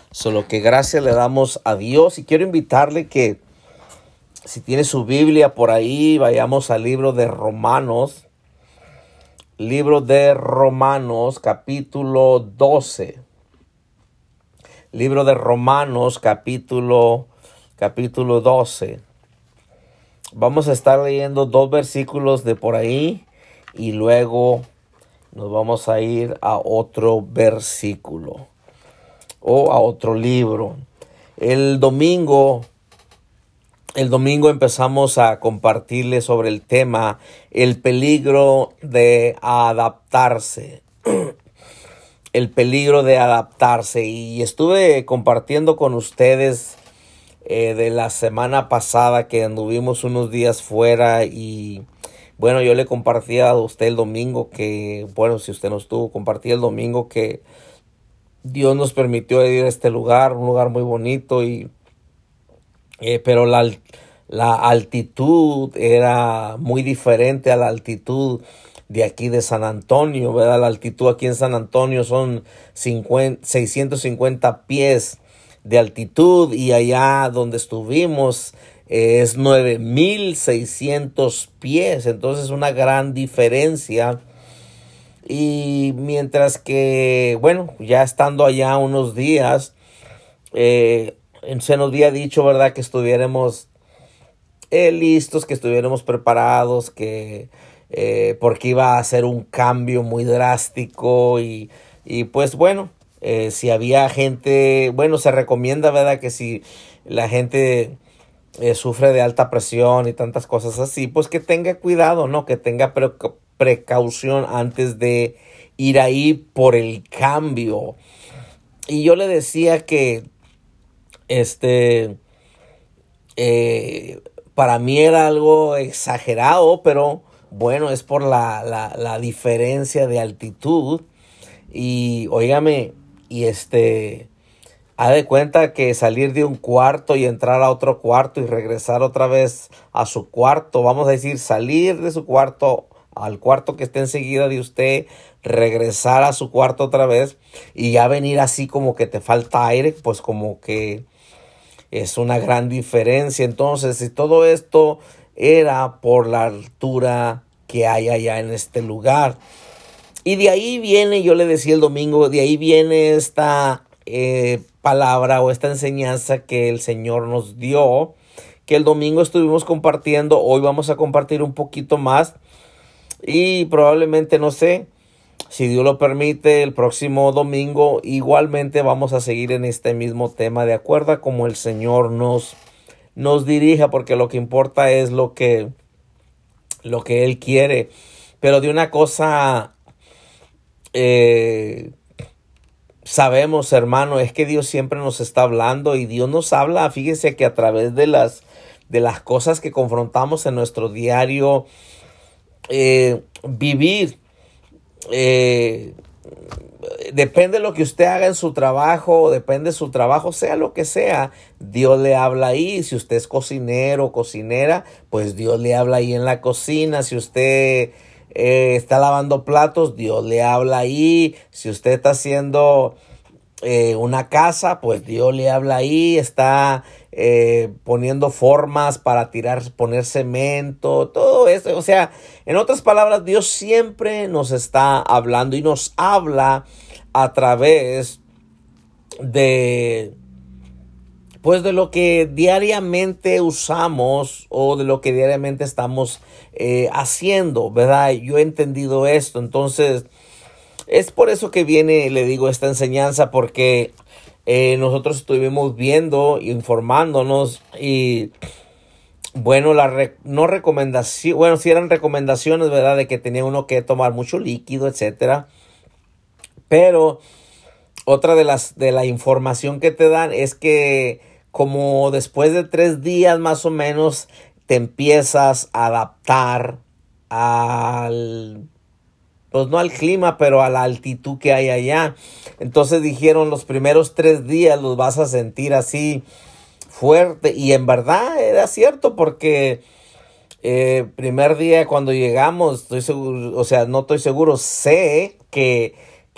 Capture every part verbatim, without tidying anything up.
Solo que gracias le damos a Dios y quiero invitarle que si tiene su Biblia por ahí, vayamos al libro de Romanos, libro de Romanos capítulo doce. Libro de Romanos capítulo, capítulo doce. Vamos a estar leyendo dos versículos de por ahí y luego nos vamos a ir a otro versículo o a otro libro. El domingo, el domingo empezamos a compartirles sobre el tema el peligro de adaptarse. El peligro de adaptarse. Y estuve compartiendo con ustedes eh, de la semana pasada que anduvimos unos días fuera y bueno, yo le compartía a usted el domingo que, bueno, si usted no estuvo, compartí el domingo que Dios nos permitió ir a este lugar, un lugar muy bonito, y eh, pero la, la altitud era muy diferente a la altitud de aquí de San Antonio, ¿verdad? La altitud aquí en San Antonio son cincuenta, seiscientos cincuenta pies de altitud y allá donde estuvimos eh, es nueve mil seiscientos pies, entonces una gran diferencia. Y mientras que, bueno, ya estando allá unos días, eh, se nos había dicho, ¿verdad?, que estuviéramos eh, listos, que estuviéramos preparados, que eh, porque iba a ser un cambio muy drástico y, y pues bueno, eh, si había gente, bueno, se recomienda, ¿verdad?, que si la gente eh, sufre de alta presión y tantas cosas así, pues que tenga cuidado, ¿no?, que tenga precaución precaución antes de ir ahí por el cambio. Y yo le decía que este eh, para mí era algo exagerado, pero bueno, es por la, la, la diferencia de altitud. Y óigame, y este haz de cuenta que salir de un cuarto y entrar a otro cuarto y regresar otra vez a su cuarto, vamos a decir, salir de su cuarto al cuarto que esté enseguida de usted, regresar a su cuarto otra vez y ya venir así como que te falta aire, pues como que es una gran diferencia. Entonces, si todo esto era por la altura que hay allá en este lugar. Y de ahí viene, yo le decía el domingo, de ahí viene esta eh, palabra o esta enseñanza que el Señor nos dio, que el domingo estuvimos compartiendo, hoy vamos a compartir un poquito más. Y probablemente, no sé, si Dios lo permite, el próximo domingo igualmente vamos a seguir en este mismo tema, de acuerdo a como el Señor nos, nos dirija, porque lo que importa es lo que, lo que Él quiere. Pero de una cosa eh, sabemos, hermano, es que Dios siempre nos está hablando y Dios nos habla, fíjense que a través de las, de las cosas que confrontamos en nuestro diario Eh, vivir, eh, depende de lo que usted haga en su trabajo, depende de su trabajo, sea lo que sea, Dios le habla ahí. Si usted es cocinero o cocinera, pues Dios le habla ahí en la cocina. Si usted eh, está lavando platos, Dios le habla ahí. Si usted está haciendo eh, una casa, pues Dios le habla ahí. Está eh, poniendo formas para tirar, poner cemento, todo eso. O sea, en otras palabras, Dios siempre nos está hablando y nos habla a través de, pues, de lo que diariamente usamos o de lo que diariamente estamos eh, haciendo, ¿verdad? Yo he entendido esto, entonces es por eso que viene, le digo, esta enseñanza, porque eh, nosotros estuvimos viendo, informándonos y bueno, la re, no recomendación, bueno, sí eran recomendaciones, ¿verdad? De que tenía uno que tomar mucho líquido, etcétera. Pero otra de las de la información que te dan es que como después de tres días más o menos te empiezas a adaptar al, pues no al clima, pero a la altitud que hay allá. Entonces dijeron, los primeros tres días los vas a sentir así fuerte. Y en verdad era cierto, porque eh, primer día cuando llegamos, estoy seguro, o sea, no estoy seguro, sé que,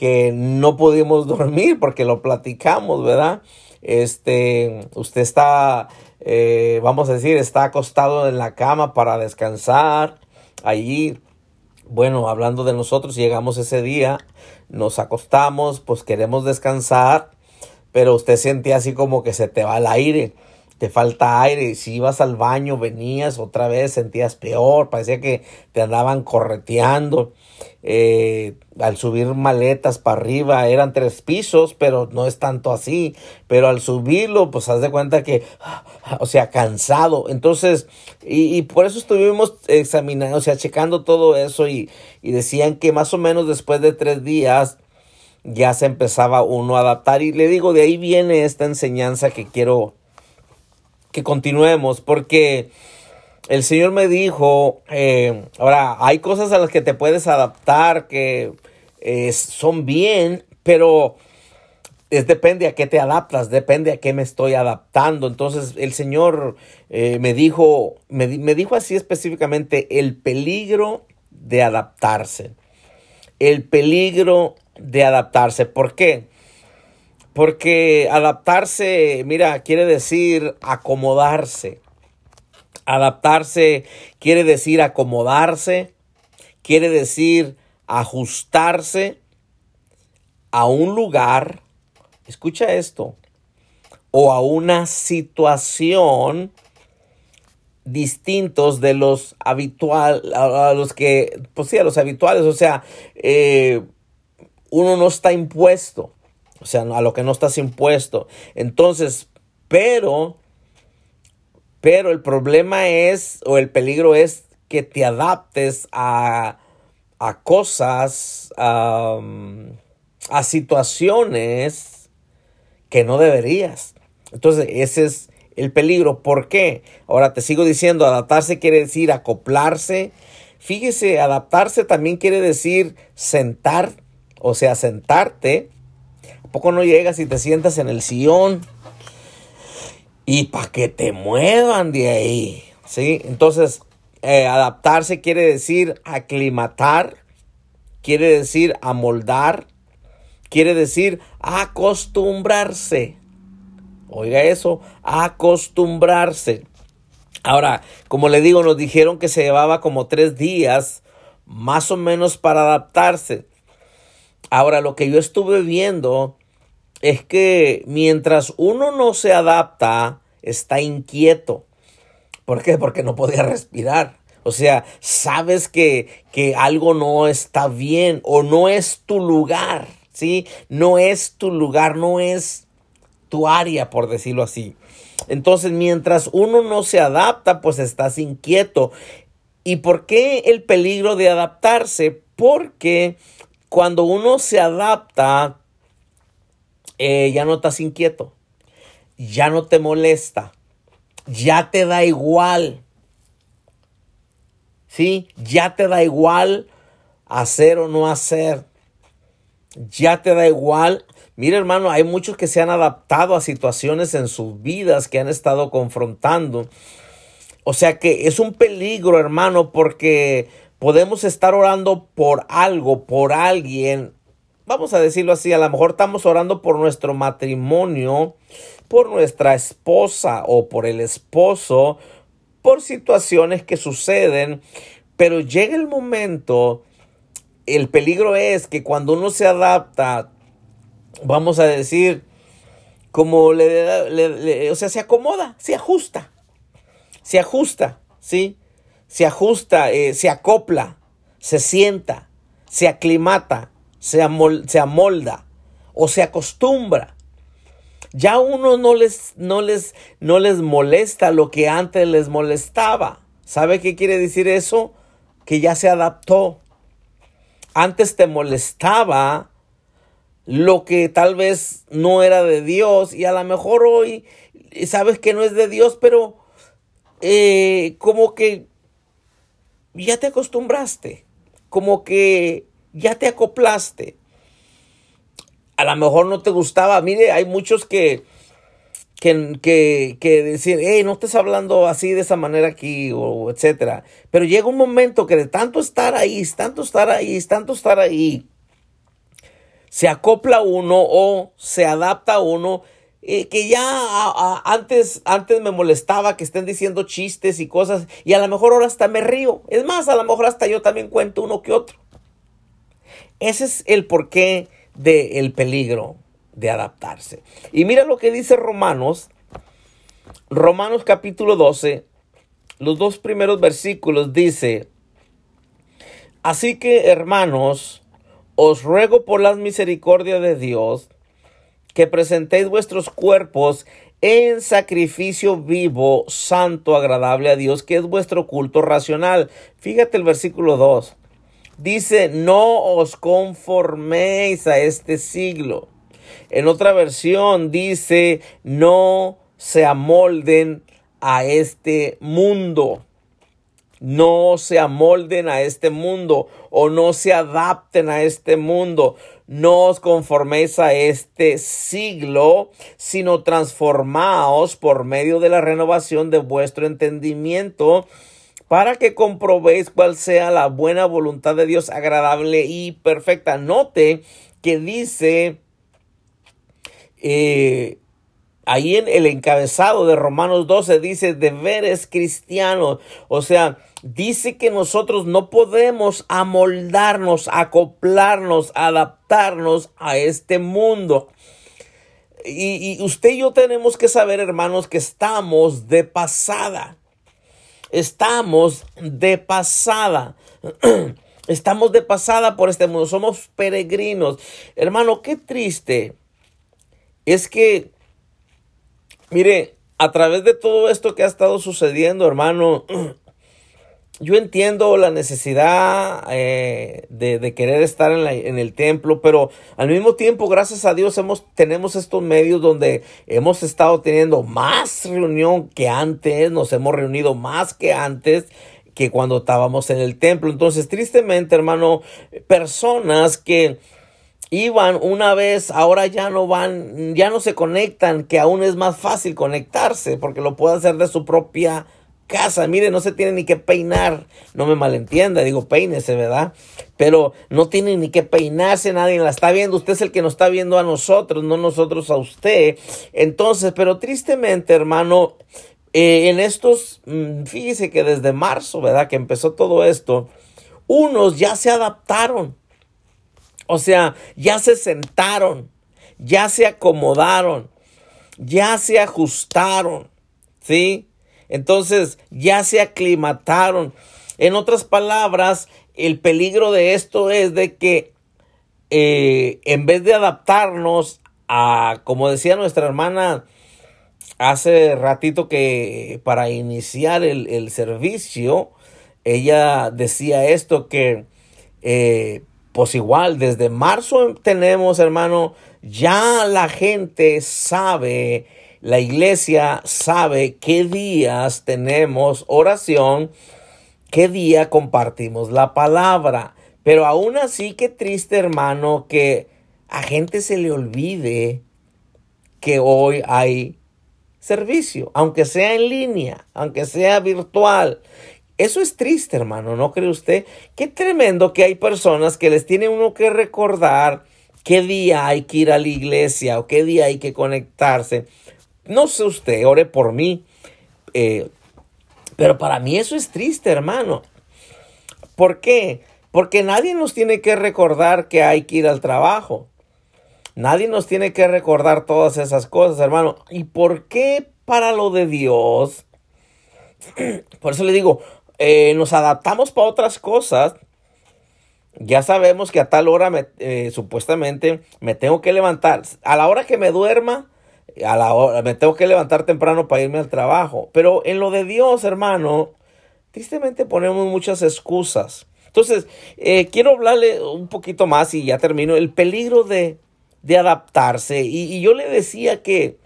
que no pudimos dormir porque lo platicamos, ¿verdad? Este, usted está, eh, vamos a decir, está acostado en la cama para descansar. Allí, bueno, hablando de nosotros, llegamos ese día, nos acostamos, pues queremos descansar, pero usted sentía así como que se te va el aire. Te falta aire. Si ibas al baño, venías otra vez, sentías peor. Parecía que te andaban correteando. Eh, al subir maletas para arriba, eran tres pisos, pero no es tanto así. Pero al subirlo, pues haz de cuenta que, o sea, cansado. Entonces, y, y por eso estuvimos examinando, o sea, checando todo eso. Y, y decían que más o menos después de tres días ya se empezaba uno a adaptar. Y le digo, de ahí viene esta enseñanza que quiero que continuemos, porque el Señor me dijo, eh, ahora hay cosas a las que te puedes adaptar que eh, son bien, pero es, depende a qué te adaptas, depende a qué me estoy adaptando. Entonces el Señor eh, me dijo, me, me dijo así específicamente, el peligro de adaptarse, el peligro de adaptarse. ¿Por qué? Porque adaptarse, mira, quiere decir acomodarse. Adaptarse quiere decir acomodarse, quiere decir ajustarse a un lugar, escucha esto, o a una situación distintos de los habituales, a los que, pues sí, a los habituales. O sea, eh, uno no está impuesto. O sea, a lo que no estás impuesto. Entonces, pero, pero el problema es, o el peligro es que te adaptes a, a cosas, a, a situaciones que no deberías. Entonces, ese es el peligro. ¿Por qué? Ahora te sigo diciendo, adaptarse quiere decir acoplarse. Fíjese, adaptarse también quiere decir sentar, o sea, sentarte. ¿A poco no llegas y te sientas en el sillón y para que te muevan de ahí? ¿Sí? Entonces, eh, adaptarse quiere decir aclimatar, quiere decir amoldar, quiere decir acostumbrarse. Oiga eso, acostumbrarse. Ahora, como le digo, nos dijeron que se llevaba como tres días más o menos para adaptarse. Ahora, lo que yo estuve viendo es que mientras uno no se adapta, está inquieto. ¿Por qué? Porque no podía respirar. O sea, sabes que, que algo no está bien o no es tu lugar, ¿sí? No es tu lugar, no es tu área, por decirlo así. Entonces, mientras uno no se adapta, pues estás inquieto. ¿Y por qué el peligro de adaptarse? Porque cuando uno se adapta, eh, ya no estás inquieto, ya no te molesta, ya te da igual, ¿sí? Ya te da igual hacer o no hacer, ya te da igual. Mira, hermano, hay muchos que se han adaptado a situaciones en sus vidas que han estado confrontando. O sea que es un peligro, hermano, porque podemos estar orando por algo, por alguien. Vamos a decirlo así, a lo mejor estamos orando por nuestro matrimonio, por nuestra esposa o por el esposo, por situaciones que suceden, pero llega el momento, el peligro es que cuando uno se adapta, vamos a decir, como le, le, le o sea, se acomoda, se ajusta, se ajusta, ¿sí? Se ajusta, eh, se acopla, se sienta, se aclimata. Se, amol, se amolda o se acostumbra. Ya a uno no les, no, les, no les molesta lo que antes les molestaba. ¿Sabe qué quiere decir eso? Que ya se adaptó. Antes te molestaba lo que tal vez no era de Dios y a lo mejor hoy sabes que no es de Dios, pero eh, como que ya te acostumbraste, como que ya te acoplaste. A lo mejor no te gustaba. Mire, hay muchos que, que, que, que decir, hey, no estés hablando así de esa manera aquí, o etcétera. Pero llega un momento que de tanto estar ahí, tanto estar ahí, tanto estar ahí, se acopla uno o se adapta uno, eh, que ya a, a, antes, antes me molestaba que estén diciendo chistes y cosas, y a lo mejor ahora hasta me río. Es más, a lo mejor hasta yo también cuento uno que otro. Ese es el porqué del peligro de adaptarse. Y mira lo que dice Romanos, Romanos capítulo doce, los dos primeros versículos dice: así que, hermanos, os ruego por las misericordias de Dios que presentéis vuestros cuerpos en sacrificio vivo, santo, agradable a Dios, que es vuestro culto racional. Fíjate el versículo dos. Dice: no os conforméis a este siglo. En otra versión dice: no se amolden a este mundo. No se amolden a este mundo o no se adapten a este mundo. No os conforméis a este siglo, sino transformaos por medio de la renovación de vuestro entendimiento, para que comprobéis cuál sea la buena voluntad de Dios, agradable y perfecta. Note que dice eh, ahí en el encabezado de Romanos doce, dice deberes cristianos. O sea, dice que nosotros no podemos amoldarnos, acoplarnos, adaptarnos a este mundo. Y, y usted y yo tenemos que saber, hermanos, que estamos de pasada. Estamos de pasada. Estamos de pasada por este mundo. Somos peregrinos. Hermano, qué triste es que, mire, a través de todo esto que ha estado sucediendo, hermano, yo entiendo la necesidad eh, de, de querer estar en, la, en el templo, pero al mismo tiempo, gracias a Dios, hemos, tenemos estos medios donde hemos estado teniendo más reunión que antes, nos hemos reunido más que antes, que cuando estábamos en el templo. Entonces, tristemente, hermano, personas que iban una vez, ahora ya no van, ya no se conectan, que aún es más fácil conectarse porque lo puede hacer de su propia casa. Mire, no se tiene ni que peinar, no me malentienda, digo peínese, ¿verdad? Pero no tiene ni que peinarse, nadie la está viendo, usted es el que nos está viendo a nosotros, no nosotros a usted. Entonces, pero tristemente, hermano, eh, en estos, fíjese que desde marzo, ¿verdad? Que empezó todo esto, unos ya se adaptaron. O sea, ya se sentaron, ya se acomodaron, ya se ajustaron, ¿sí? Entonces, ya se aclimataron. En otras palabras, el peligro de esto es de que eh, en vez de adaptarnos a, como decía nuestra hermana hace ratito, que para iniciar el, el servicio, ella decía esto, que eh, pues igual, desde marzo tenemos, hermano, ya la gente sabe, la iglesia sabe qué días tenemos oración, qué día compartimos la palabra. Pero aún así, qué triste, hermano, que a gente se le olvide que hoy hay servicio, aunque sea en línea, aunque sea virtual. Eso es triste, hermano, ¿no cree usted? Qué tremendo que hay personas que les tiene uno que recordar qué día hay que ir a la iglesia o qué día hay que conectarse. No sé usted, ore por mí, eh, pero para mí eso es triste, hermano. ¿Por qué? Porque nadie nos tiene que recordar que hay que ir al trabajo. Nadie nos tiene que recordar todas esas cosas, hermano. ¿Y por qué para lo de Dios? Por eso le digo, Eh, nos adaptamos para otras cosas. Ya sabemos que a tal hora me, eh, supuestamente me tengo que levantar. A la hora que me duerma, a la hora, me tengo que levantar temprano para irme al trabajo. Pero en lo de Dios, hermano, tristemente ponemos muchas excusas. Entonces, eh, quiero hablarle un poquito más y ya termino. El peligro de, de adaptarse. Y, y yo le decía que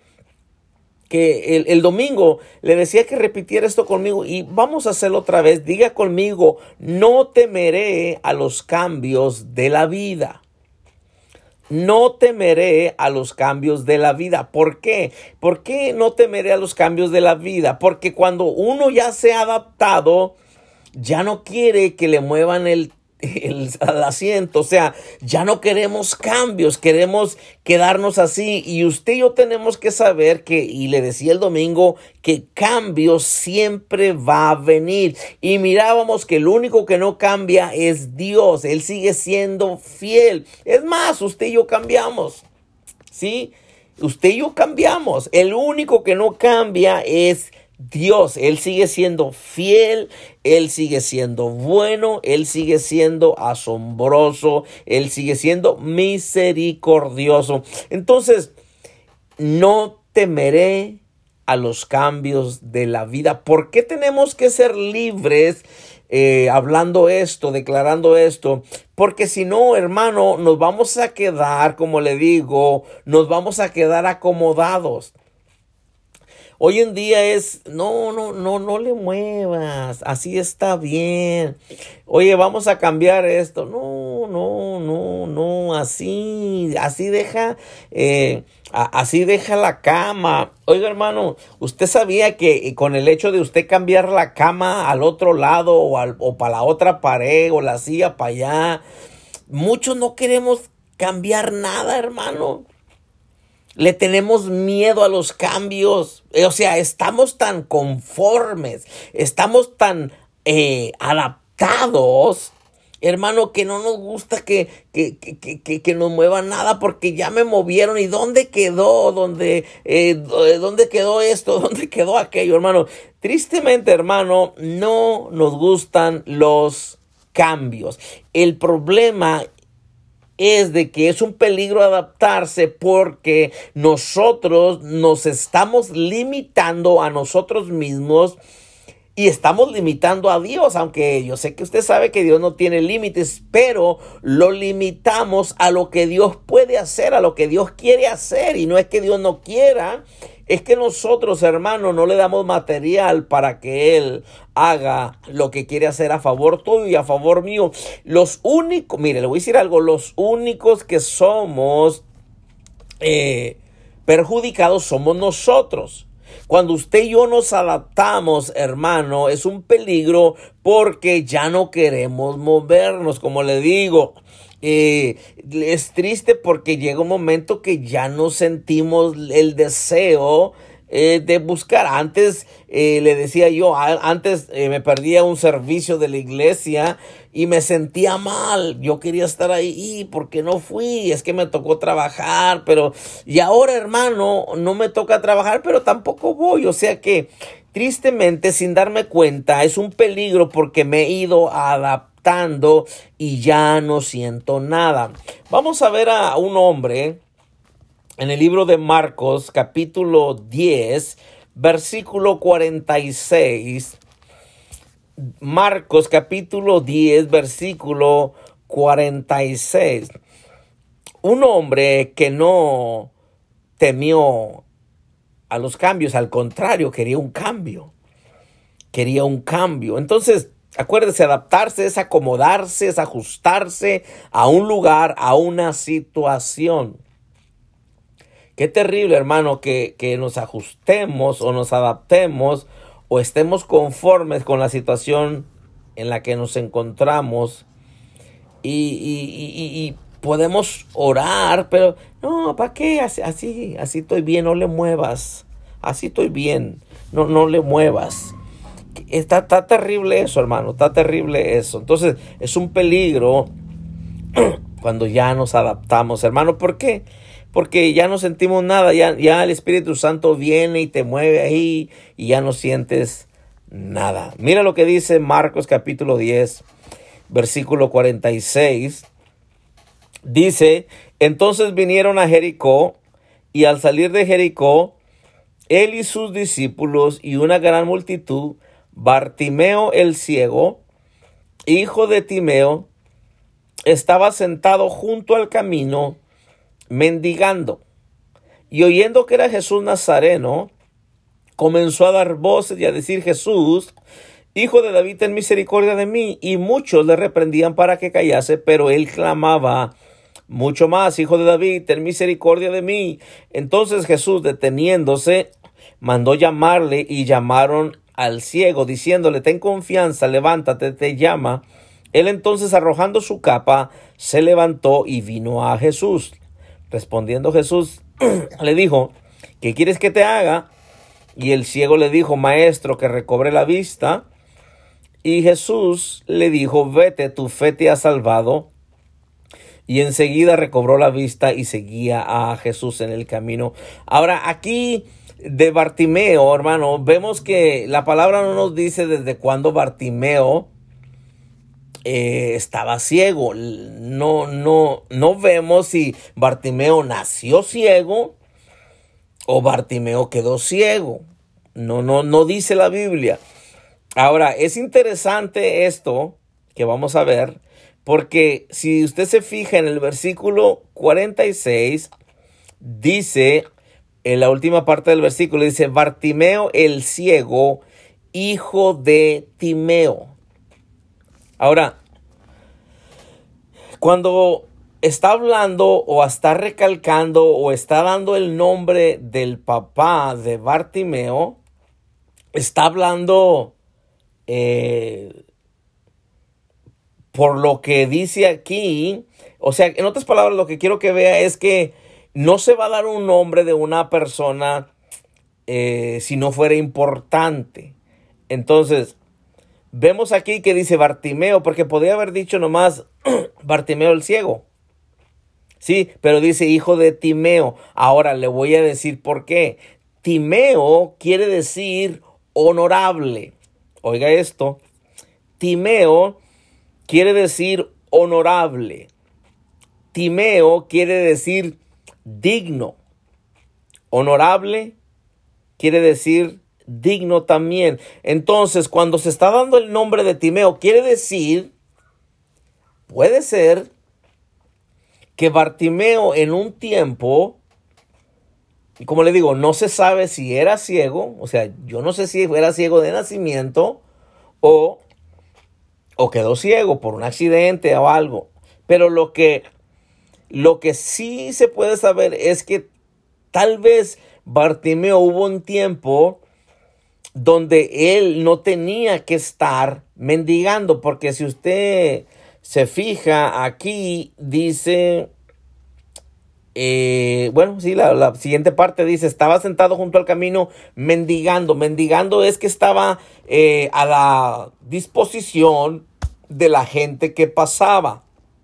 que el, el domingo le decía que repitiera esto conmigo y vamos a hacerlo otra vez. Diga conmigo: no temeré a los cambios de la vida. No temeré a los cambios de la vida. ¿Por qué? ¿Por qué no temeré a los cambios de la vida? Porque cuando uno ya se ha adaptado, ya no quiere que le muevan el el, al asiento. O sea, ya no queremos cambios, queremos quedarnos así. Y usted y yo tenemos que saber que, y le decía el domingo, que cambio siempre va a venir. Y mirábamos que el único que no cambia es Dios. Él sigue siendo fiel. Es más, usted y yo cambiamos, ¿sí? Usted y yo cambiamos. El único que no cambia es Dios. Él sigue siendo fiel, Él sigue siendo bueno, Él sigue siendo asombroso, Él sigue siendo misericordioso. Entonces, no temeré a los cambios de la vida. ¿Por qué tenemos que ser libres eh, hablando esto, declarando esto? Porque si no, hermano, nos vamos a quedar, como le digo, nos vamos a quedar acomodados. Hoy en día es, no, no, no, no le muevas, así está bien. Oye, vamos a cambiar esto. No, no, no, no, así, así deja, eh, a, así deja la cama. Oiga, hermano, ¿usted sabía que con el hecho de usted cambiar la cama al otro lado o, al, o para la otra pared o la silla para allá, muchos no queremos cambiar nada, hermano? Le tenemos miedo a los cambios. O sea, estamos tan conformes, estamos tan eh, adaptados, hermano, que no nos gusta que, que, que, que, que nos mueva nada porque ya me movieron. ¿Y dónde quedó? ¿Dónde, eh, ¿Dónde quedó esto? ¿Dónde quedó aquello, hermano? Tristemente, hermano, no nos gustan los cambios. El problema es de que es un peligro adaptarse porque nosotros nos estamos limitando a nosotros mismos y estamos limitando a Dios, aunque yo sé que usted sabe que Dios no tiene límites, pero lo limitamos a lo que Dios puede hacer, a lo que Dios quiere hacer. Y no es que Dios no quiera, es que nosotros, hermanos, no le damos material para que Él haga lo que quiere hacer a favor tuyo y a favor mío. Los únicos, mire, le voy a decir algo, los únicos que somos eh, perjudicados somos nosotros. Cuando usted y yo nos adaptamos, hermano, es un peligro porque ya no queremos movernos, como le digo. Eh, es triste porque llega un momento que ya no sentimos el deseo eh, de buscar. Antes eh, le decía yo, a, antes eh, me perdía un servicio de la iglesia y me sentía mal. Yo quería estar ahí, ¿por qué no fui? Es que me tocó trabajar, pero y ahora, hermano, no me toca trabajar, pero tampoco voy. O sea que tristemente, sin darme cuenta, es un peligro porque me he ido adaptando y ya no siento nada. Vamos a ver a un hombre en el libro de Marcos, capítulo diez, versículo cuarenta y seis. Marcos, capítulo diez, versículo cuarenta y seis. Un hombre que no temió a los cambios, al contrario, quería un cambio. Quería un cambio. Entonces, acuérdese, adaptarse es acomodarse, es ajustarse a un lugar, a una situación. Qué terrible, hermano, que, que nos ajustemos o nos adaptemos o estemos conformes con la situación en la que nos encontramos y, y, y, y podemos orar, pero no, ¿para qué? Así, así, así estoy bien, no le muevas. Así estoy bien, no, no le muevas. Está, está terrible eso, hermano, está terrible eso. Entonces, es un peligro cuando ya nos adaptamos, hermano. ¿Por qué? Porque ya no sentimos nada, ya, ya el Espíritu Santo viene y te mueve ahí y ya no sientes nada. Mira lo que dice Marcos capítulo diez, versículo cuarenta y seis. Dice, entonces vinieron a Jericó y al salir de Jericó, él y sus discípulos y una gran multitud, Bartimeo el ciego, hijo de Timeo, estaba sentado junto al camino mendigando, y oyendo que era Jesús Nazareno, comenzó a dar voces y a decir: Jesús, Hijo de David, ten misericordia de mí. Y muchos le reprendían para que callase, pero él clamaba mucho más: Hijo de David, ten misericordia de mí. Entonces Jesús, deteniéndose, mandó llamarle, y llamaron al ciego, diciéndole: ten confianza, levántate, te llama. Él entonces, arrojando su capa, se levantó y vino a Jesús. Respondiendo Jesús, le dijo, ¿qué quieres que te haga? Y el ciego le dijo, maestro, que recobre la vista. Y Jesús le dijo, vete, tu fe te ha salvado. Y enseguida recobró la vista y seguía a Jesús en el camino. Ahora, aquí de Bartimeo, hermano, vemos que la palabra no nos dice desde cuándo Bartimeo eh, estaba ciego. No, no, no vemos si Bartimeo nació ciego o Bartimeo quedó ciego. No, no, no dice la Biblia. Ahora, es interesante esto que vamos a ver, porque si usted se fija en el versículo cuarenta y seis, dice, en la última parte del versículo, dice, Bartimeo el ciego, hijo de Timeo. Ahora, cuando está hablando o está recalcando o está dando el nombre del papá de Bartimeo, está hablando eh, por lo que dice aquí. O sea, en otras palabras, lo que quiero que vea es que no se va a dar un nombre de una persona eh, si no fuera importante. Entonces, vemos aquí que dice Bartimeo, porque podría haber dicho nomás Bartimeo el ciego. Sí, pero dice hijo de Timeo. Ahora le voy a decir por qué. Timeo quiere decir honorable. Oiga esto. Timeo quiere decir honorable. Timeo quiere decir digno. Honorable quiere decir digno también. Entonces, cuando se está dando el nombre de Timeo, quiere decir, puede ser que Bartimeo en un tiempo, y como le digo, no se sabe si era ciego, o sea, yo no sé si era ciego de nacimiento o, o quedó ciego por un accidente o algo. Pero lo que, lo que sí se puede saber es que tal vez Bartimeo hubo un tiempo donde él no tenía que estar mendigando, porque si usted se fija aquí, dice, eh, bueno, sí, la, la siguiente parte dice, estaba sentado junto al camino mendigando. Mendigando es que estaba eh, a la disposición de la gente que pasaba.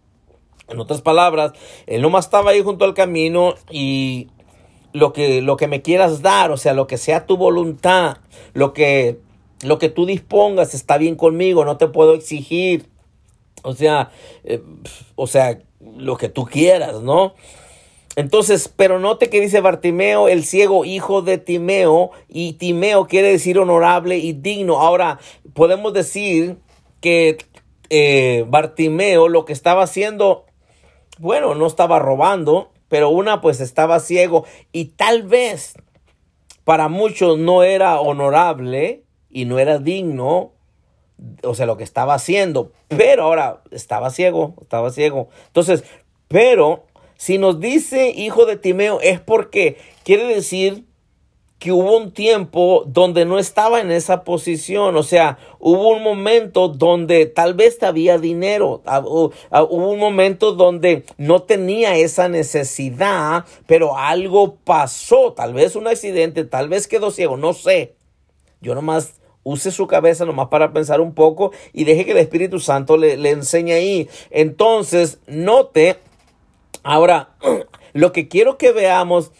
En otras palabras, él nomás estaba ahí junto al camino y lo que, lo que me quieras dar, o sea, lo que sea tu voluntad, lo que, lo que tú dispongas está bien conmigo, no te puedo exigir. O sea, eh, o sea, lo que tú quieras, ¿no? Entonces, pero note que dice Bartimeo, el ciego, hijo de Timeo, y Timeo quiere decir honorable y digno. Ahora, podemos decir que eh, Bartimeo lo que estaba haciendo, bueno, no estaba robando, pero una pues estaba ciego y tal vez para muchos no era honorable y no era digno, o sea, lo que estaba haciendo, pero ahora estaba ciego, estaba ciego. Entonces, pero si nos dice hijo de Timeo es porque quiere decir que hubo un tiempo donde no estaba en esa posición. O sea, hubo un momento donde tal vez había dinero, hubo un momento donde no tenía esa necesidad, pero algo pasó, tal vez un accidente, tal vez quedó ciego, no sé. Yo nomás use su cabeza nomás para pensar un poco y deje que el Espíritu Santo le, le enseñe ahí. Entonces, note, ahora, lo que quiero que veamos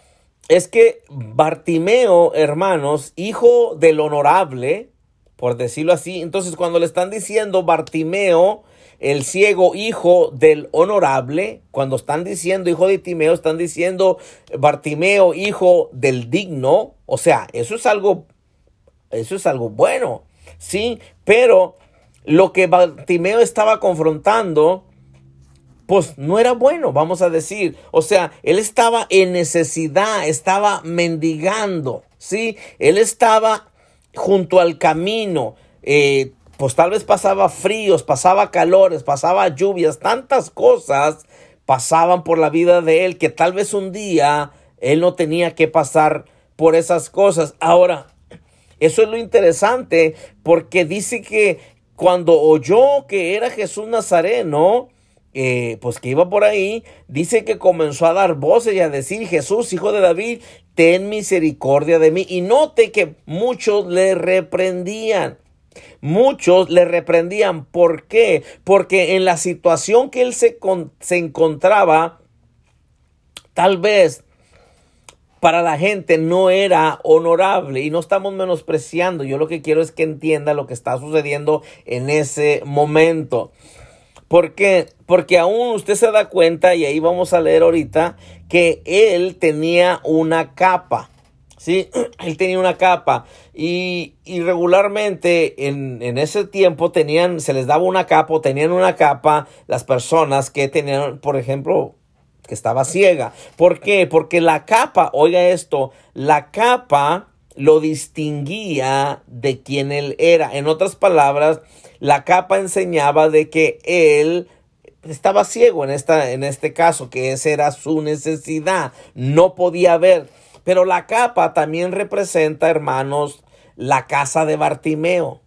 es que Bartimeo, hermanos, hijo del honorable, por decirlo así, entonces cuando le están diciendo Bartimeo, el ciego, hijo del honorable, cuando están diciendo hijo de Timeo, están diciendo Bartimeo, hijo del digno, o sea, eso es algo Eso es algo bueno, sí, pero lo que Bartimeo estaba confrontando, pues no era bueno, vamos a decir. O sea, él estaba en necesidad, estaba mendigando, sí, él estaba junto al camino, eh, pues tal vez pasaba fríos, pasaba calores, pasaba lluvias, tantas cosas pasaban por la vida de él que tal vez un día él no tenía que pasar por esas cosas. Ahora, eso es lo interesante porque dice que cuando oyó que era Jesús Nazareno, eh, pues que iba por ahí, dice que comenzó a dar voces y a decir: Jesús, hijo de David, ten misericordia de mí. Y note que muchos le reprendían. Muchos le reprendían. ¿Por qué? Porque en la situación que él se, con, se encontraba, tal vez para la gente no era honorable, y no estamos menospreciando. Yo lo que quiero es que entienda lo que está sucediendo en ese momento. ¿Por qué? Porque aún usted se da cuenta, y ahí vamos a leer ahorita, que él tenía una capa. Sí, él tenía una capa y, y regularmente en, en ese tiempo tenían, se les daba una capa o tenían una capa las personas que tenían, por ejemplo, que estaba ciega. ¿Por qué? Porque la capa, oiga esto, la capa lo distinguía de quién él era. En otras palabras, la capa enseñaba de que él estaba ciego en, esta, en este caso, que esa era su necesidad, no podía ver. Pero la capa también representa, hermanos, la casa de Bartimeo.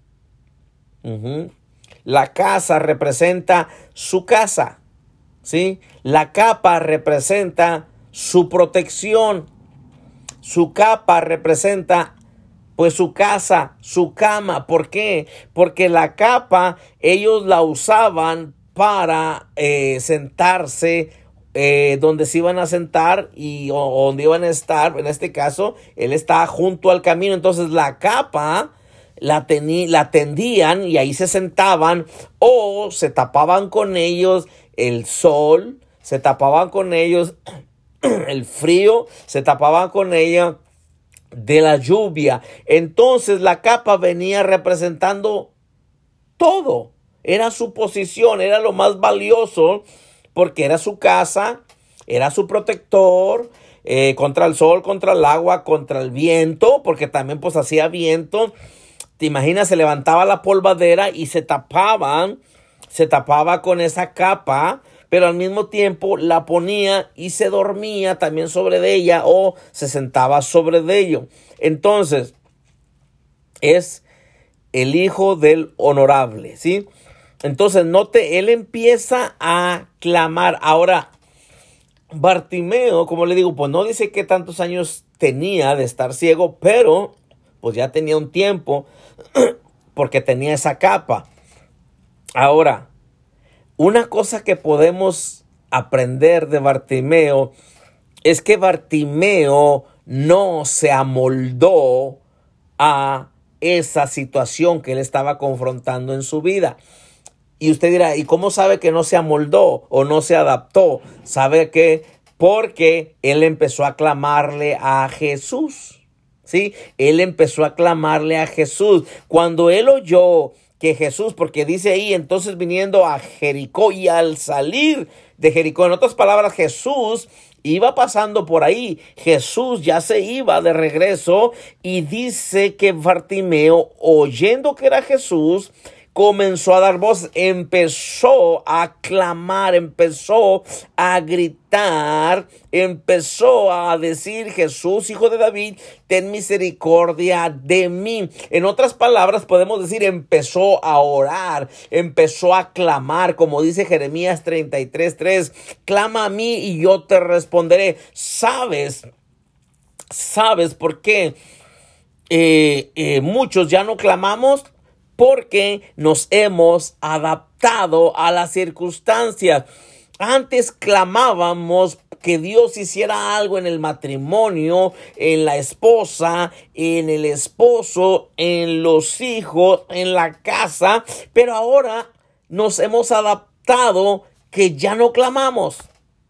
Uh-huh. La casa representa su casa, ¿sí? La capa representa su protección. Su capa representa, pues, su casa, su cama. ¿Por qué? Porque la capa ellos la usaban para eh, sentarse, Eh, donde se iban a sentar y o, o donde iban a estar. En este caso, él estaba junto al camino. Entonces la capa la, tení, la tendían y ahí se sentaban, o se tapaban con ellos el sol, se tapaban con ellos el frío, se tapaban con ella de la lluvia. Entonces la capa venía representando todo. Era su posición, era lo más valioso, porque era su casa, era su protector eh, contra el sol, contra el agua, contra el viento, porque también pues hacía viento. Te imaginas, se levantaba la polvadera y se tapaban, se tapaba con esa capa, pero al mismo tiempo la ponía y se dormía también sobre de ella, o se sentaba sobre de ello. Entonces, es el hijo del honorable, ¿sí? Entonces, note, él empieza a clamar. Ahora, Bartimeo, como le digo, pues no dice qué tantos años tenía de estar ciego, pero pues ya tenía un tiempo porque tenía esa capa. Ahora, una cosa que podemos aprender de Bartimeo es que Bartimeo no se amoldó a esa situación que él estaba confrontando en su vida. Y usted dirá, ¿y cómo sabe que no se amoldó o no se adaptó? ¿Sabe qué? Porque él empezó a clamarle a Jesús, ¿sí? Él empezó a clamarle a Jesús. Cuando él oyó que Jesús, porque dice ahí, entonces viniendo a Jericó, y al salir de Jericó, en otras palabras, Jesús iba pasando por ahí. Jesús ya se iba de regreso, y dice que Bartimeo, oyendo que era Jesús, comenzó a dar voz, empezó a clamar, empezó a gritar, empezó a decir: Jesús, hijo de David, ten misericordia de mí. En otras palabras, podemos decir, empezó a orar, empezó a clamar, como dice Jeremías treinta y tres, tres, clama a mí y yo te responderé. ¿Sabes? ¿Sabes por qué eh, eh, muchos ya no clamamos? Porque nos hemos adaptado a las circunstancias. Antes clamábamos que Dios hiciera algo en el matrimonio, en la esposa, en el esposo, en los hijos, en la casa. Pero ahora nos hemos adaptado que ya no clamamos.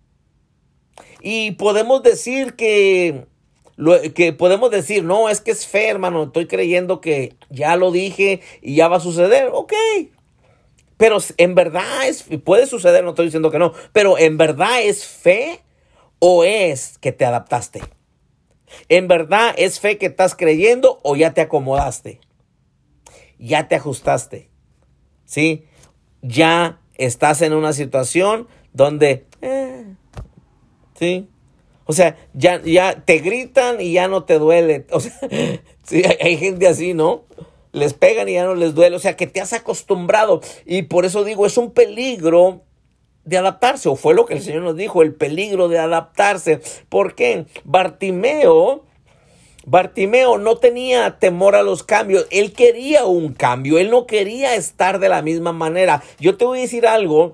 Y podemos decir que... Lo que podemos decir, no, es que es fe, hermano, estoy creyendo que ya lo dije y ya va a suceder. Ok, pero en verdad es, puede suceder, no estoy diciendo que no, pero en verdad es fe, o es que te adaptaste. En verdad es fe que estás creyendo, o ya te acomodaste, ya te ajustaste, ¿sí? Ya estás en una situación donde, eh, ¿sí? O sea, ya, ya te gritan y ya no te duele. O sea, sí, hay, hay gente así, ¿no? les pegan y ya no les duele. O sea, que te has acostumbrado. Y por eso digo, es un peligro de adaptarse. O fue lo que el Señor nos dijo, el peligro de adaptarse. ¿Por qué? Bartimeo, Bartimeo no tenía temor a los cambios. Él quería un cambio. Él no quería estar de la misma manera. Yo te voy a decir algo.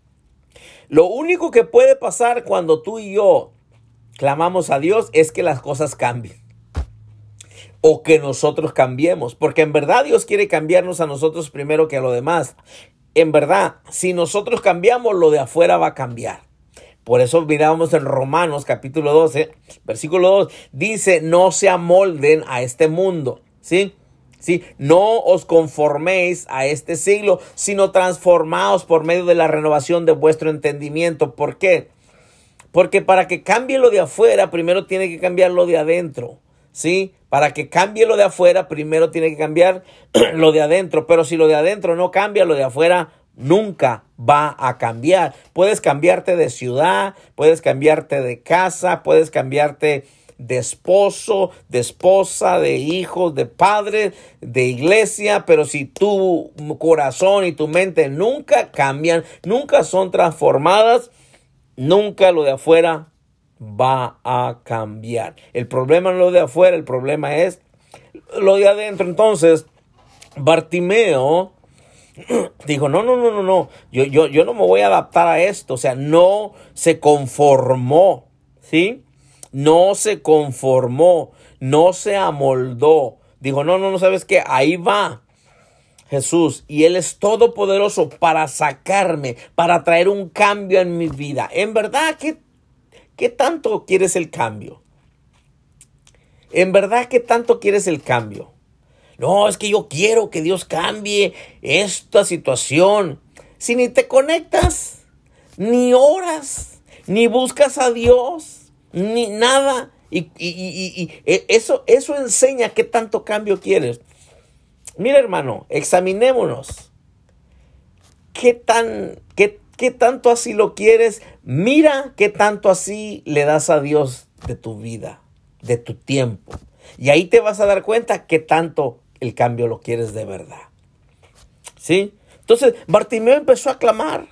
Lo único que puede pasar cuando tú y yo clamamos a Dios es que las cosas cambien. O que nosotros cambiemos. Porque en verdad Dios quiere cambiarnos a nosotros primero que a lo demás. En verdad, si nosotros cambiamos, lo de afuera va a cambiar. Por eso miramos en Romanos capítulo doce, versículo dos. Dice, no se amolden a este mundo. ¿Sí? ¿Sí? No os conforméis a este siglo, sino transformaos por medio de la renovación de vuestro entendimiento. ¿Por qué? Porque para que cambie lo de afuera, primero tiene que cambiar lo de adentro. ¿Sí? Para que cambie lo de afuera, primero tiene que cambiar lo de adentro. Pero si lo de adentro no cambia, lo de afuera nunca va a cambiar. Puedes cambiarte de ciudad, puedes cambiarte de casa, puedes cambiarte de esposo, de esposa, de hijos, de padre, de iglesia. Pero si tu corazón y tu mente nunca cambian, nunca son transformadas, nunca lo de afuera va a cambiar. El problema no es lo de afuera, el problema es lo de adentro. Entonces, Bartimeo dijo, no, no, no, no, no, yo, yo, yo no me voy a adaptar a esto. O sea, no se conformó, ¿sí? No se conformó, no se amoldó. Dijo, no, no, no, ¿sabes qué? Ahí va Jesús y Él es todopoderoso para sacarme, para traer un cambio en mi vida. En verdad, ¿qué, qué tanto quieres el cambio? En verdad, ¿qué tanto quieres el cambio? No, es que yo quiero que Dios cambie esta situación. Si ni te conectas, ni oras, ni buscas a Dios, ni nada. Y, y, y, y eso, eso enseña qué tanto cambio quieres. Mira, hermano, examinémonos. ¿Qué tan, qué, qué tanto así lo quieres? Mira qué tanto así le das a Dios de tu vida, de tu tiempo. Y ahí te vas a dar cuenta qué tanto el cambio lo quieres de verdad. ¿Sí? Entonces, Bartimeo empezó a clamar.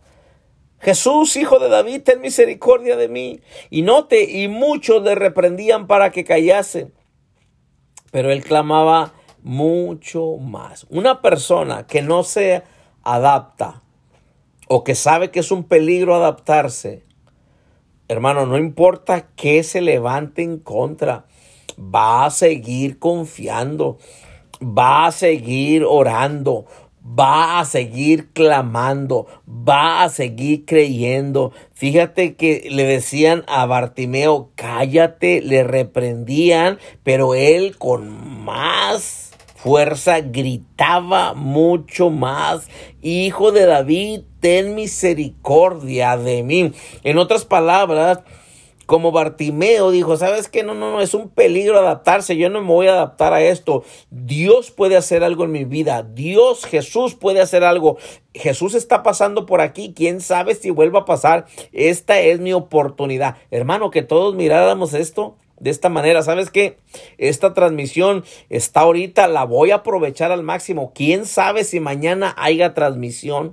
Jesús, hijo de David, ten misericordia de mí. Y note, y muchos le reprendían para que callase. Pero él clamaba mucho más. Una persona que no se adapta o que sabe que es un peligro adaptarse, hermano, no importa que se levante en contra, va a seguir confiando, va a seguir orando, va a seguir clamando, va a seguir creyendo. Fíjate que le decían a Bartimeo, cállate, le reprendían, pero él con más fuerza gritaba mucho más, hijo de David, ten misericordia de mí. En otras palabras, como Bartimeo dijo, ¿sabes qué? No, no, no, es un peligro adaptarse. Yo no me voy a adaptar a esto. Dios puede hacer algo en mi vida. Dios, Jesús puede hacer algo. Jesús está pasando por aquí. ¿Quién sabe si vuelva a pasar? Esta es mi oportunidad. Hermano, que todos miráramos esto de esta manera. ¿Sabes qué? Esta transmisión está ahorita. La voy a aprovechar al máximo. ¿Quién sabe si mañana haya transmisión?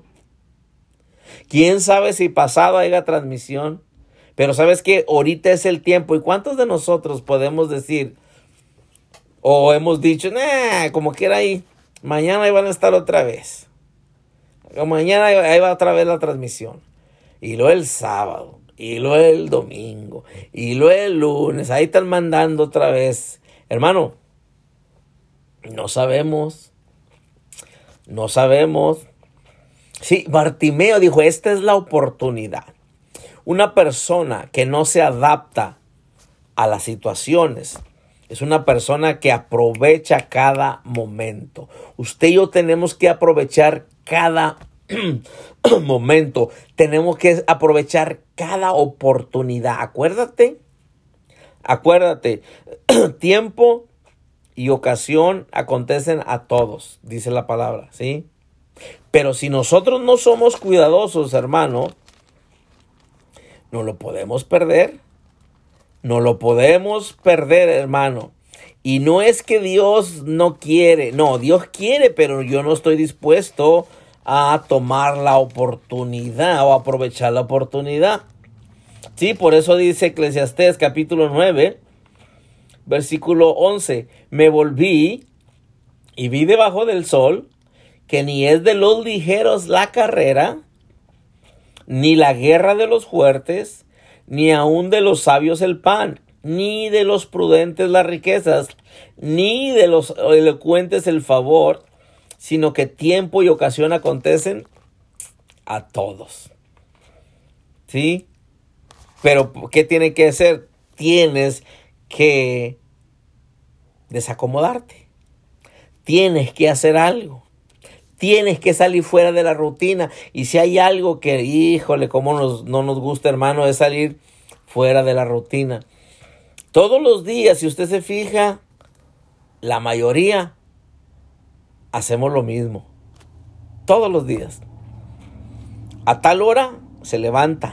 ¿Quién sabe si pasado haya transmisión? Pero ¿sabes qué? Ahorita es el tiempo. ¿Y cuántos de nosotros podemos decir o hemos dicho, nah, como quiera ahí, mañana ahí van a estar otra vez? Mañana ahí va otra vez la transmisión. Y luego el sábado, y luego el domingo, y luego el lunes, ahí están mandando otra vez. Hermano, no sabemos, no sabemos. Sí, Bartimeo dijo, esta es la oportunidad. Una persona que no se adapta a las situaciones es una persona que aprovecha cada momento. Usted y yo tenemos que aprovechar cada momento. Tenemos que aprovechar cada oportunidad. Acuérdate, acuérdate, tiempo y ocasión acontecen a todos, dice la palabra, ¿sí? Pero si nosotros no somos cuidadosos, hermano, no lo podemos perder. No lo podemos perder, hermano. Y no es que Dios no quiere, no, Dios quiere, pero yo no estoy dispuesto a tomar la oportunidad o aprovechar la oportunidad. Sí, por eso dice Eclesiastés capítulo nueve, versículo once. Me volví y vi debajo del sol que ni es de los ligeros la carrera, ni la guerra de los fuertes, ni aun de los sabios el pan, ni de los prudentes las riquezas, ni de los elocuentes el favor, sino que tiempo y ocasión acontecen a todos. ¿Sí? Pero, ¿qué tiene que hacer? Tienes que desacomodarte. Tienes que hacer algo. Tienes que salir fuera de la rutina. Y si hay algo que, híjole, cómo nos, no nos gusta, hermano, es salir fuera de la rutina. Todos los días, si usted se fija, la mayoría hacemos lo mismo. Todos los días. A tal hora se levanta.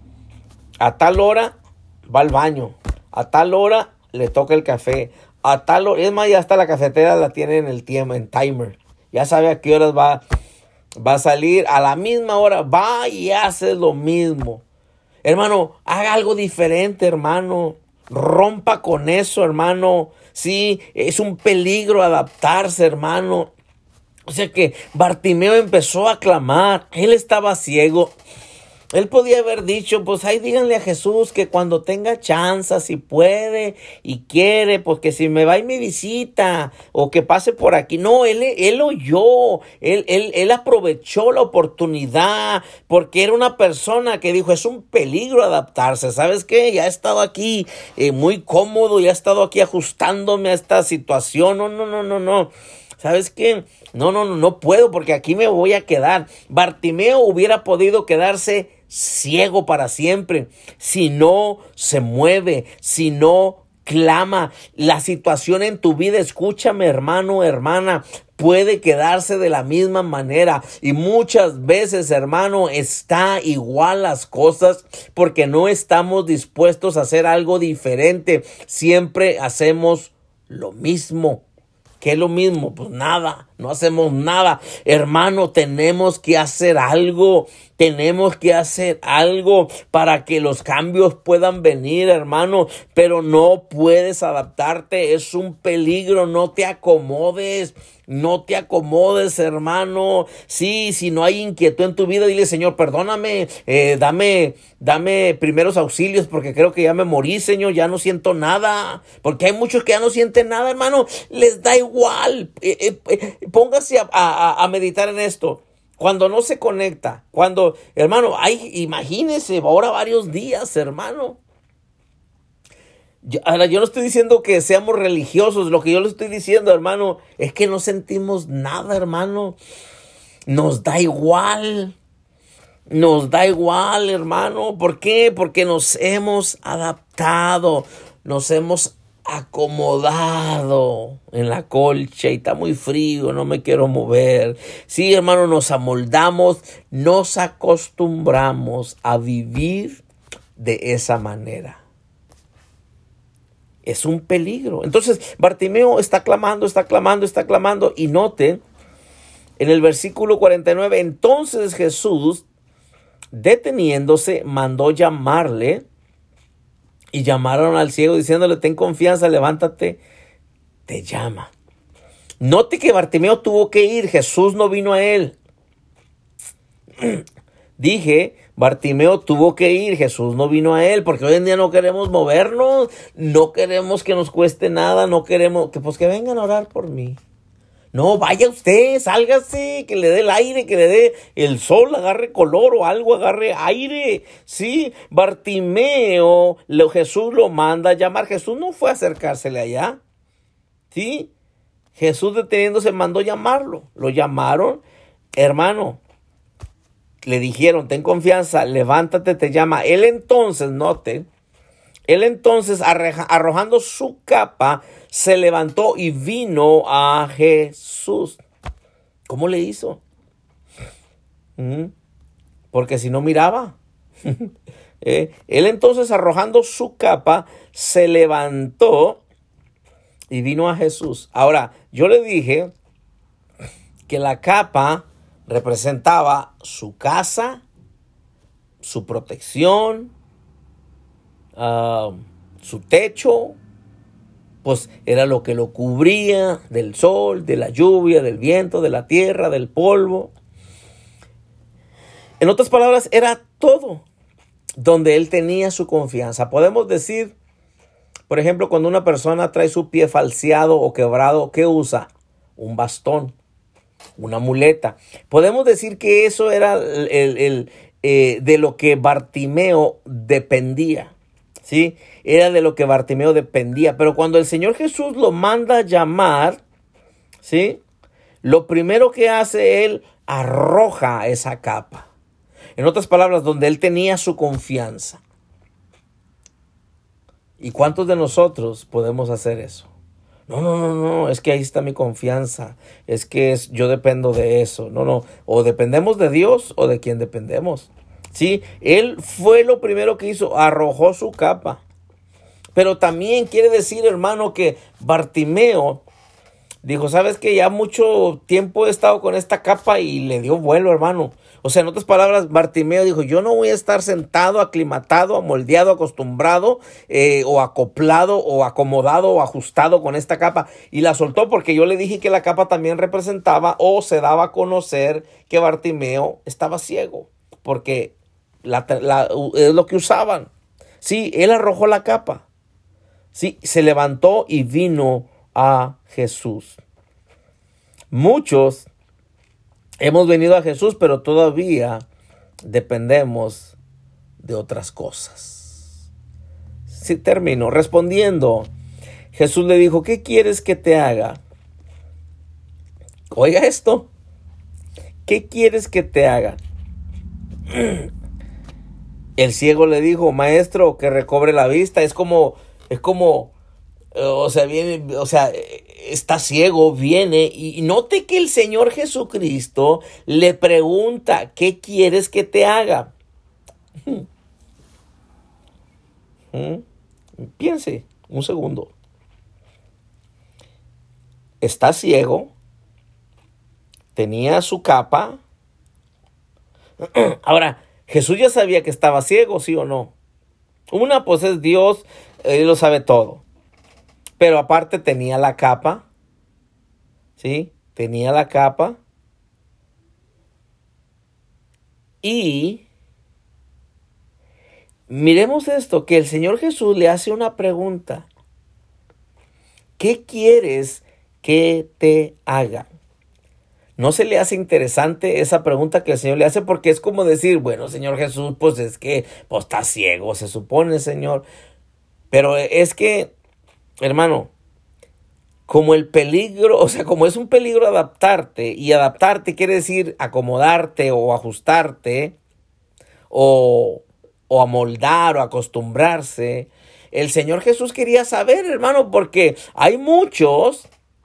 A tal hora va al baño. A tal hora le toca el café. A tal hora, es más, ya hasta la cafetera la tiene en el tiempo, en timer. Ya sabe a qué horas va, va a salir. A la misma hora va y hace lo mismo. Hermano, haga algo diferente, hermano. Rompa con eso, hermano. Sí, es un peligro adaptarse, hermano. O sea que Bartimeo empezó a clamar. Él estaba ciego. Él podía haber dicho, pues ahí díganle a Jesús que cuando tenga chance, si puede y quiere, pues que si me va y me visita o que pase por aquí. No, él, él oyó, él, él, él aprovechó la oportunidad porque era una persona que dijo, es un peligro adaptarse. ¿Sabes qué? Ya he estado aquí eh, muy cómodo, ya he estado aquí ajustándome a esta situación. No, no, no, no, no. ¿Sabes qué? No, no, no, no puedo porque aquí me voy a quedar. Bartimeo hubiera podido quedarse ciego para siempre si no se mueve, si no clama. La situación en tu vida, escúchame, hermano, hermana, puede quedarse de la misma manera y muchas veces, hermano, está igual las cosas porque no estamos dispuestos a hacer algo diferente. Siempre hacemos lo mismo. ¿Qué es lo mismo? Pues nada, no hacemos nada. Hermano, tenemos que hacer algo. Tenemos que hacer algo para que los cambios puedan venir, hermano. Pero no puedes adaptarte. Es un peligro. No te acomodes. No te acomodes, hermano. Sí, si no hay inquietud en tu vida, dile, Señor, perdóname, eh, dame, dame primeros auxilios porque creo que ya me morí, Señor, ya no siento nada. Porque hay muchos que ya no sienten nada, hermano. Les da igual. Eh, eh, eh, póngase a, a, a meditar en esto. Cuando no se conecta, cuando, hermano, hay, imagínese, ahora varios días, hermano. Yo, ahora, yo no estoy diciendo que seamos religiosos, lo que yo le estoy diciendo, hermano, es que no sentimos nada, hermano. Nos da igual, nos da igual, hermano. ¿Por qué? Porque nos hemos adaptado, nos hemos acomodado en la colcha y está muy frío, no me quiero mover. Sí, hermano, nos amoldamos, nos acostumbramos a vivir de esa manera. Es un peligro. Entonces, Bartimeo está clamando, está clamando, está clamando. Y note, en el versículo cuarenta y nueve, entonces Jesús, deteniéndose, mandó llamarle. Y llamaron al ciego diciéndole, ten confianza, levántate, te llama. Note que Bartimeo tuvo que ir, Jesús no vino a él. Dije, Bartimeo tuvo que ir, Jesús no vino a él, porque hoy en día no queremos movernos, no queremos que nos cueste nada, no queremos, que pues que vengan a orar por mí. No, vaya usted, sálgase, que le dé el aire, que le dé el sol, agarre color o algo, agarre aire. Sí, Bartimeo, lo, Jesús lo manda a llamar. Jesús no fue a acercársele allá. Sí, Jesús deteniéndose mandó llamarlo. Lo llamaron, hermano. Le dijeron, ten confianza, levántate, te llama. Él entonces, note, él entonces arreja, arrojando su capa, se levantó y vino a Jesús. ¿Cómo le hizo? ¿Mm? Porque si no miraba. eh, él entonces arrojando su capa, se levantó y vino a Jesús. Ahora, yo le dije que la capa representaba su casa, su protección, uh, su techo, pues era lo que lo cubría del sol, de la lluvia, del viento, de la tierra, del polvo. En otras palabras, era todo donde él tenía su confianza. Podemos decir, por ejemplo, cuando una persona trae su pie falseado o quebrado, ¿qué usa? Un bastón, una muleta. Podemos decir que eso era el, el, el, eh, de lo que Bartimeo dependía, ¿sí? Era de lo que Bartimeo dependía. Pero cuando el Señor Jesús lo manda a llamar, ¿sí? Lo primero que hace, él arroja esa capa. En otras palabras, donde él tenía su confianza. ¿Y cuántos de nosotros podemos hacer eso? No, no, no, no, es que ahí está mi confianza. Es que es, yo dependo de eso. No, no, o dependemos de Dios o de quien dependemos. Sí, él fue lo primero que hizo, arrojó su capa. Pero también quiere decir, hermano, que Bartimeo dijo, ¿sabes qué? Ya mucho tiempo he estado con esta capa y le dio vuelo, hermano. O sea, en otras palabras, Bartimeo dijo, yo no voy a estar sentado, aclimatado, amoldeado, acostumbrado, eh, o acoplado, o acomodado, o ajustado con esta capa. Y la soltó porque yo le dije que la capa también representaba o se daba a conocer que Bartimeo estaba ciego. Porque la, la, es lo que usaban. Sí, él arrojó la capa. Sí, se levantó y vino a Jesús. Muchos hemos venido a Jesús, pero todavía dependemos de otras cosas. Sí, termino. Respondiendo, Jesús le dijo, ¿qué quieres que te haga? Oiga esto. ¿Qué quieres que te haga? El ciego le dijo, maestro, que recobre la vista. Es como, es como, o sea, viene, o sea, está ciego, viene y note que el Señor Jesucristo le pregunta, ¿qué quieres que te haga? Piense un segundo. Está ciego, tenía su capa. Ahora, Jesús ya sabía que estaba ciego, ¿sí o no? Una, pues es Dios, Él lo sabe todo. Pero aparte tenía la capa, ¿sí? Tenía la capa. Y miremos esto, que el Señor Jesús le hace una pregunta. ¿Qué quieres que te haga? ¿No se le hace interesante esa pregunta que el Señor le hace? Porque es como decir, bueno, Señor Jesús, pues es que pues está ciego, se supone, Señor. Pero es que, hermano, como el peligro, o sea, como es un peligro adaptarte, y adaptarte quiere decir acomodarte o ajustarte, o, o amoldar o acostumbrarse. El Señor Jesús quería saber, hermano, porque hay muchos,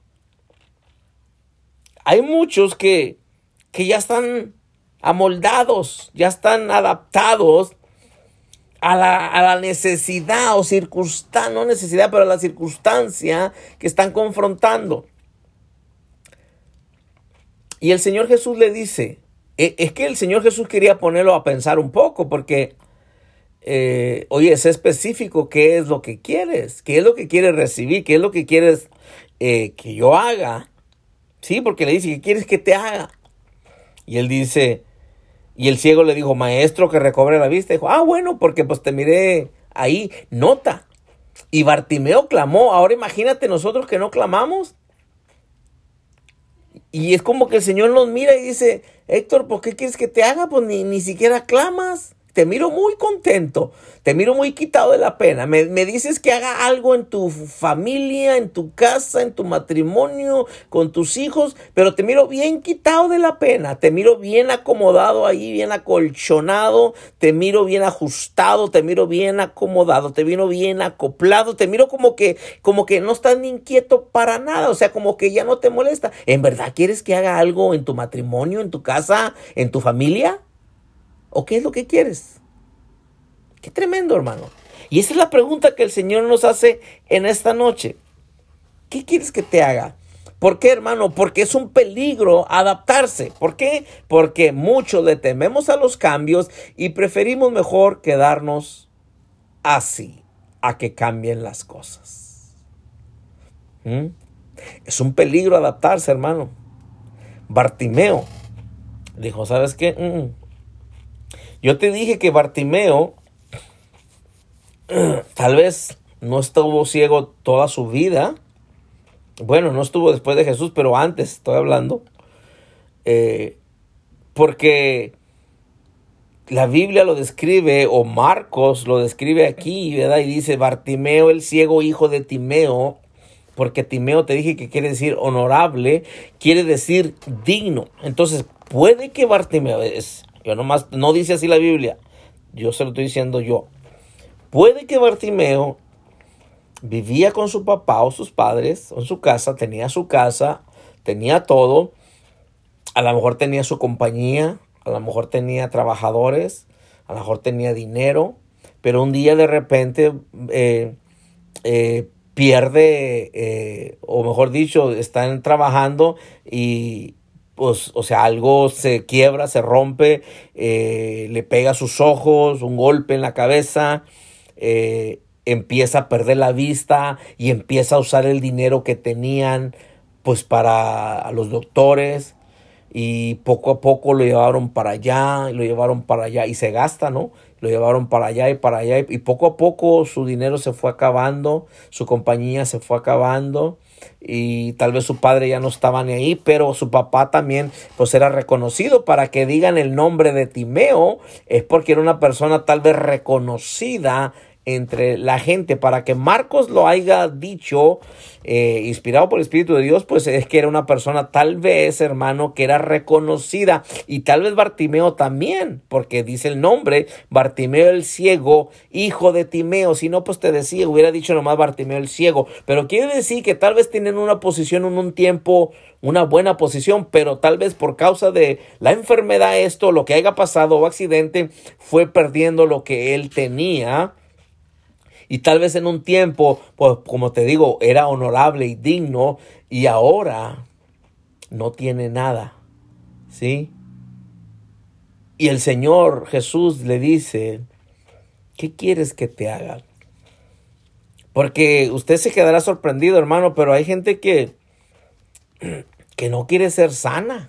hay muchos que, que ya están amoldados, ya están adaptados A la, a la necesidad o circunstancia, no necesidad, pero a la circunstancia que están confrontando. Y el Señor Jesús le dice, es que el Señor Jesús quería ponerlo a pensar un poco, porque, eh, oye, es específico, ¿qué es lo que quieres? ¿Qué es lo que quieres recibir? ¿Qué es lo que quieres eh, que yo haga? Sí, porque le dice, ¿qué quieres que te haga? Y él dice, y el ciego le dijo, maestro, que recobre la vista. Dijo, ah, bueno, porque pues te miré ahí. Nota. Y Bartimeo clamó. Ahora imagínate nosotros que no clamamos. Y es como que el Señor nos mira y dice, Héctor, ¿por qué quieres que te haga? Pues ni, ni siquiera clamas. Te miro muy contento, te miro muy quitado de la pena. Me, me dices que haga algo en tu familia, en tu casa, en tu matrimonio, con tus hijos, pero te miro bien quitado de la pena. Te miro bien acomodado ahí, bien acolchonado, te miro bien ajustado, te miro bien acomodado, te miro bien acoplado, te miro como que, como que no estás ni inquieto para nada, o sea, como que ya no te molesta. ¿En verdad quieres que haga algo en tu matrimonio, en tu casa, en tu familia? ¿O qué es lo que quieres? Qué tremendo, hermano. Y esa es la pregunta que el Señor nos hace en esta noche. ¿Qué quieres que te haga? ¿Por qué, hermano? Porque es un peligro adaptarse. ¿Por qué? Porque muchos le tememos a los cambios y preferimos mejor quedarnos así a que cambien las cosas. ¿Mm? Es un peligro adaptarse, hermano. Bartimeo dijo, ¿sabes qué? Mm. Yo te dije que Bartimeo tal vez no estuvo ciego toda su vida. Bueno, no estuvo después de Jesús, pero antes estoy hablando. Eh, porque la Biblia lo describe, o Marcos lo describe aquí, ¿verdad? Y dice, Bartimeo, el ciego hijo de Timeo, porque Timeo te dije que quiere decir honorable, quiere decir digno. Entonces, puede que Bartimeo, es, yo nomás, no dice así la Biblia, yo se lo estoy diciendo yo. Puede que Bartimeo vivía con su papá o sus padres, o en su casa, tenía su casa, tenía todo, a lo mejor tenía su compañía, a lo mejor tenía trabajadores, a lo mejor tenía dinero, pero un día de repente eh, eh, pierde, eh, o mejor dicho, están trabajando y pues, o sea, algo se quiebra, se rompe, eh, le pega a sus ojos, un golpe en la cabeza, eh, empieza a perder la vista y empieza a usar el dinero que tenían pues para los doctores, y poco a poco lo llevaron para allá, y lo llevaron para allá y se gasta, ¿no? Lo llevaron para allá y para allá y poco a poco su dinero se fue acabando, su compañía se fue acabando y tal vez su padre ya no estaba ni ahí, pero su papá también pues era reconocido. Para que digan el nombre de Timeo es porque era una persona tal vez reconocida entre la gente. Para que Marcos lo haya dicho, eh, inspirado por el Espíritu de Dios, pues es que era una persona tal vez, hermano, que era reconocida. Y tal vez Bartimeo también, porque dice el nombre, Bartimeo el ciego, hijo de Timeo. Si no, pues te decía, hubiera dicho nomás Bartimeo el ciego. Pero quiere decir que tal vez tienen una posición en un tiempo, una buena posición, pero tal vez por causa de la enfermedad, esto, lo que haya pasado o accidente, fue perdiendo lo que él tenía. Y tal vez en un tiempo, pues como te digo, era honorable y digno, y ahora no tiene nada, ¿sí? Y el Señor Jesús le dice, ¿qué quieres que te haga? Porque usted se quedará sorprendido, hermano, pero hay gente que, que no quiere ser sana.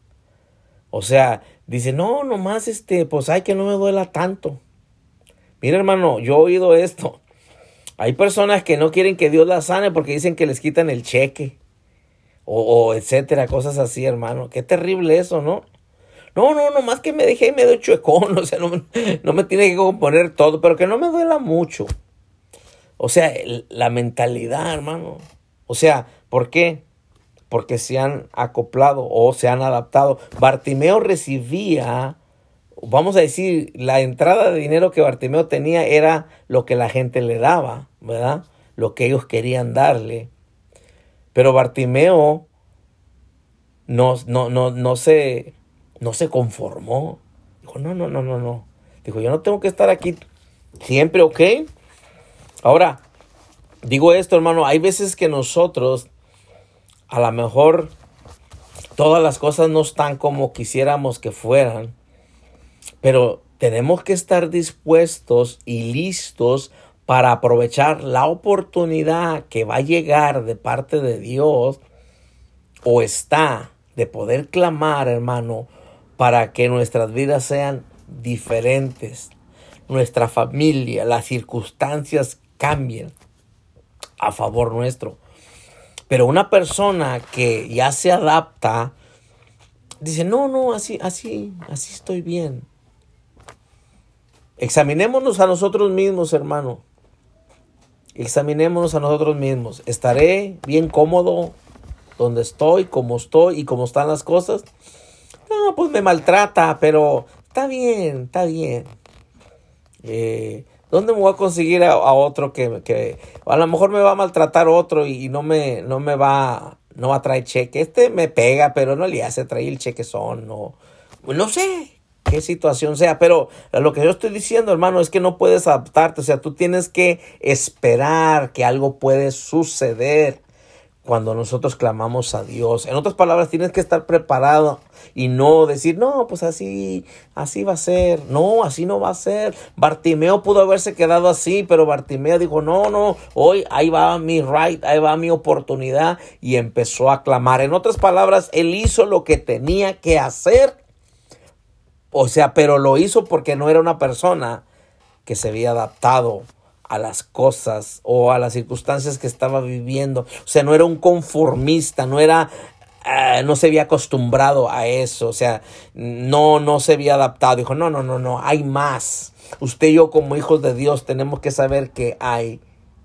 O sea, dice, no, nomás este, pues ay, que no me duela tanto. Mira, hermano, yo he oído esto. Hay personas que no quieren que Dios las sane porque dicen que les quitan el cheque. O, o etcétera, cosas así, hermano. Qué terrible eso, ¿no? No, no, nomás que me dejé medio chuecón. O sea, no me, no me tiene que componer todo, pero que no me duela mucho. O sea, el, la mentalidad, hermano. O sea, ¿por qué? Porque se han acoplado o se han adaptado. Bartimeo recibía, vamos a decir, la entrada de dinero que Bartimeo tenía era lo que la gente le daba, ¿verdad? Lo que ellos querían darle. Pero Bartimeo no, no, no, no, se, no se conformó. Dijo, no, no, no, no, no. Dijo, yo no tengo que estar aquí siempre, ¿ok? Ahora, digo esto, hermano, hay veces que nosotros, a lo mejor, todas las cosas no están como quisiéramos que fueran. Pero tenemos que estar dispuestos y listos para aprovechar la oportunidad que va a llegar de parte de Dios, o está, de poder clamar, hermano, para que nuestras vidas sean diferentes. Nuestra familia, las circunstancias cambien a favor nuestro. Pero una persona que ya se adapta, dice, no, no, así, así, así estoy bien. Examinémonos a nosotros mismos, hermano. Examinémonos a nosotros mismos. ¿Estaré bien cómodo donde estoy, como estoy y cómo están las cosas? No, pues me maltrata, pero está bien, está bien. Eh, ¿Dónde me voy a conseguir a, a otro que, que a lo mejor me va a maltratar otro y, y no me, no me va, no va a traer cheque? Este me pega, pero no le hace traer el chequezón, no, no sé qué situación sea, pero lo que yo estoy diciendo, hermano, es que no puedes adaptarte. O sea, tú tienes que esperar que algo puede suceder. cuando nosotros clamamos a Dios. En otras palabras, tienes que estar preparado y no decir, no, pues así, así va a ser. No, así no va a ser. Bartimeo pudo haberse quedado así, pero Bartimeo dijo, no, no, hoy ahí va mi right, ahí va mi oportunidad, y empezó a clamar. En otras palabras, él hizo lo que tenía que hacer. O sea, pero lo hizo porque no era una persona que se había adaptado a las cosas o a las circunstancias que estaba viviendo. O sea, no era un conformista, no era, uh, no se había acostumbrado a eso. O sea, no, no se había adaptado. Dijo, no, no, no, no, hay más. Usted y yo como hijos de Dios tenemos que saber que hay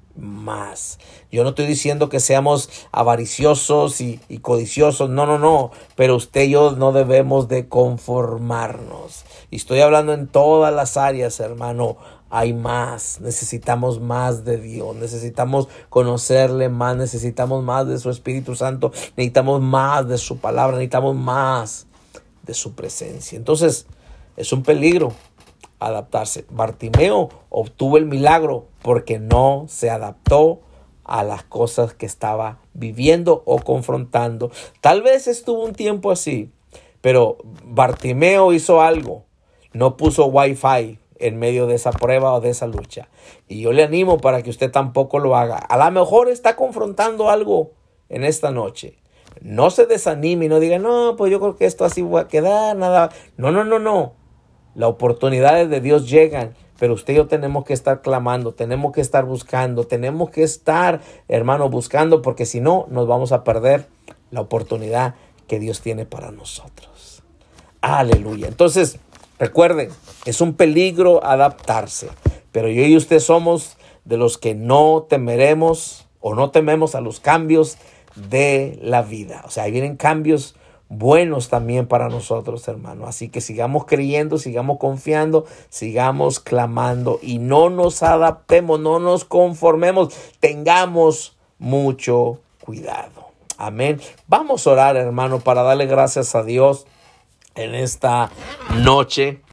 más. Yo no estoy diciendo que seamos avariciosos y, y codiciosos, no, no, no, pero usted y yo no debemos de conformarnos. Y estoy hablando en todas las áreas, hermano. Hay más, necesitamos más de Dios, necesitamos conocerle más, necesitamos más de su Espíritu Santo, necesitamos más de su palabra, necesitamos más de su presencia. Entonces, es un peligro adaptarse. Bartimeo obtuvo el milagro porque no se adaptó a las cosas que estaba viviendo o confrontando. Tal vez estuvo un tiempo así, pero Bartimeo hizo algo, no puso Wi-Fi en medio de esa prueba o de esa lucha. Y yo le animo para que usted tampoco lo haga. A lo mejor está confrontando algo en esta noche. No se desanime y no diga, no, pues yo creo que esto así va a quedar, nada. No, no, no, no. Las oportunidades de Dios llegan, pero usted y yo tenemos que estar clamando, tenemos que estar buscando, tenemos que estar, hermano, buscando, porque si no, nos vamos a perder la oportunidad que Dios tiene para nosotros. Aleluya. Entonces, recuerden, es un peligro adaptarse, pero yo y usted somos de los que no temeremos o no tememos a los cambios de la vida. O sea, ahí vienen cambios buenos también para nosotros, hermano. Así que sigamos creyendo, sigamos confiando, sigamos clamando y no nos adaptemos, no nos conformemos, tengamos mucho cuidado. Amén. Vamos a orar, hermano, para darle gracias a Dios en esta noche.